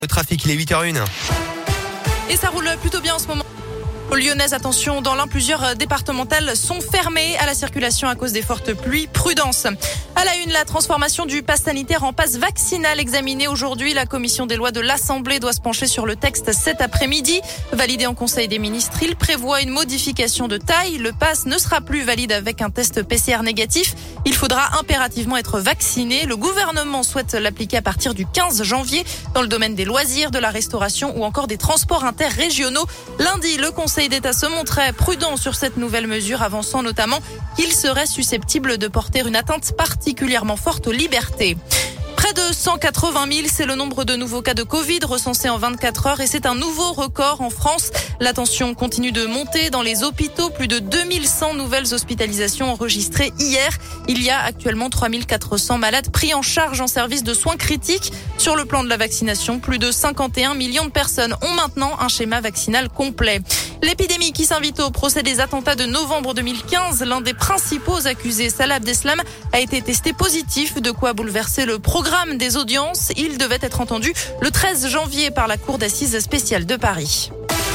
Le trafic, il est 8h01. Et ça roule plutôt bien en ce moment. Aux Lyonnaises, attention, dans l'Ain, plusieurs départementales sont fermées à la circulation à cause des fortes pluies. Prudence. À la une, la transformation du pass sanitaire en pass vaccinal examiné aujourd'hui. La commission des lois de l'Assemblée doit se pencher sur le texte cet après-midi. Validé en Conseil des ministres, il prévoit une modification de taille. Le pass ne sera plus valide avec un test PCR négatif. Il faudra impérativement être vacciné. Le gouvernement souhaite l'appliquer à partir du 15 janvier dans le domaine des loisirs, de la restauration ou encore des transports interrégionaux. Lundi, le Conseil d'État se montrait prudent sur cette nouvelle mesure, avançant notamment qu'il serait susceptible de porter une atteinte particulièrement forte aux libertés. Près de 180 000, c'est le nombre de nouveaux cas de Covid recensés en 24 heures et c'est un nouveau record en France. La tension continue de monter dans les hôpitaux. Plus de 2100 nouvelles hospitalisations enregistrées hier. Il y a actuellement 3400 malades pris en charge en service de soins critiques. Sur le plan de la vaccination, plus de 51 millions de personnes ont maintenant un schéma vaccinal complet. L'épidémie qui s'invite au procès des attentats de novembre 2015. L'un des principaux accusés, Salah Abdeslam, a été testé positif, de quoi bouleverser le programme des audiences. Il devait être entendu le 13 janvier par la Cour d'assises spéciale de Paris.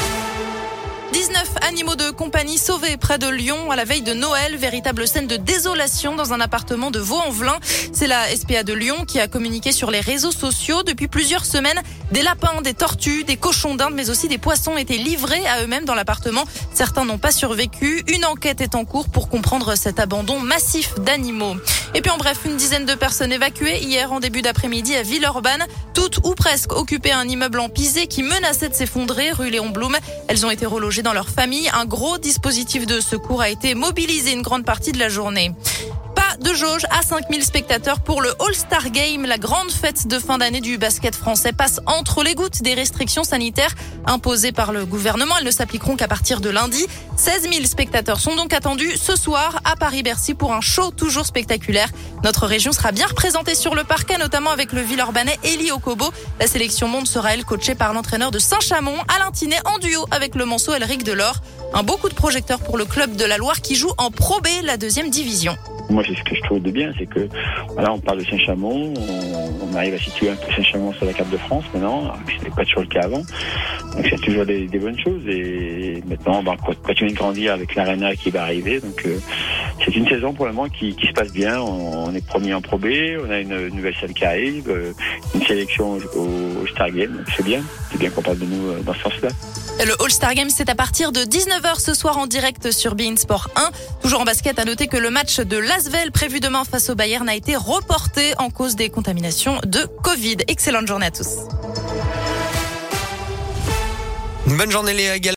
19 animaux de compagnie sauvés près de Lyon à la veille de Noël. Véritable scène de désolation dans un appartement de Vaux-en-Velin. C'est la SPA de Lyon qui a communiqué sur les réseaux sociaux. Depuis plusieurs semaines, des lapins, des tortues, des cochons d'Inde, mais aussi des poissons étaient livrés à eux-mêmes dans l'appartement. Certains n'ont pas survécu. Une enquête est en cours pour comprendre cet abandon massif d'animaux. Et puis en bref, une dizaine de personnes évacuées hier en début d'après-midi à Villeurbanne. Toutes ou presque occupaient un immeuble en pisé qui menaçait de s'effondrer rue Léon Blum. Elles ont été relogées dans leur famille. Un gros dispositif de secours a été mobilisé une grande partie de la journée. Pas de jauge à 5000 spectateurs pour le All-Star Game. La grande fête de fin d'année du basket français passe entre les gouttes des restrictions sanitaires imposées par le gouvernement. Elles ne s'appliqueront qu'à partir de lundi. 16 000 spectateurs sont donc attendus ce soir à Paris-Bercy pour un show toujours spectaculaire. Notre région sera bien représentée sur le parquet, notamment avec le Villeurbanais Eli Okobo. La sélection monde sera, elle, coachée par l'entraîneur de Saint-Chamond, Alain Tinet, en duo avec le Manceau Elric Delors. Un beau coup de projecteur pour le club de la Loire qui joue en Pro B, la 2e division. Moi, c'est ce que je trouve de bien, c'est que, voilà, on parle de Saint-Chamond, on arrive à situer un peu Saint-Chamond sur la carte de France maintenant, ce n'était pas toujours le cas avant. Donc, c'est toujours des bonnes choses. Et maintenant, on va continuer de grandir avec l'Arena qui va arriver. Donc, c'est une saison pour le moment qui se passe bien. On est premier en Pro B, on a une nouvelle salle qui arrive, une sélection au Star Game. Donc, c'est bien qu'on parle de nous dans ce sens-là. Le All-Star Game, c'est à partir de 19h ce soir en direct sur beIN Sport 1. Toujours en basket, à noter que le match de l'Asvel prévu demain face au Bayern a été reporté en cause des contaminations de Covid. Excellente journée à tous. Une bonne journée, Léa.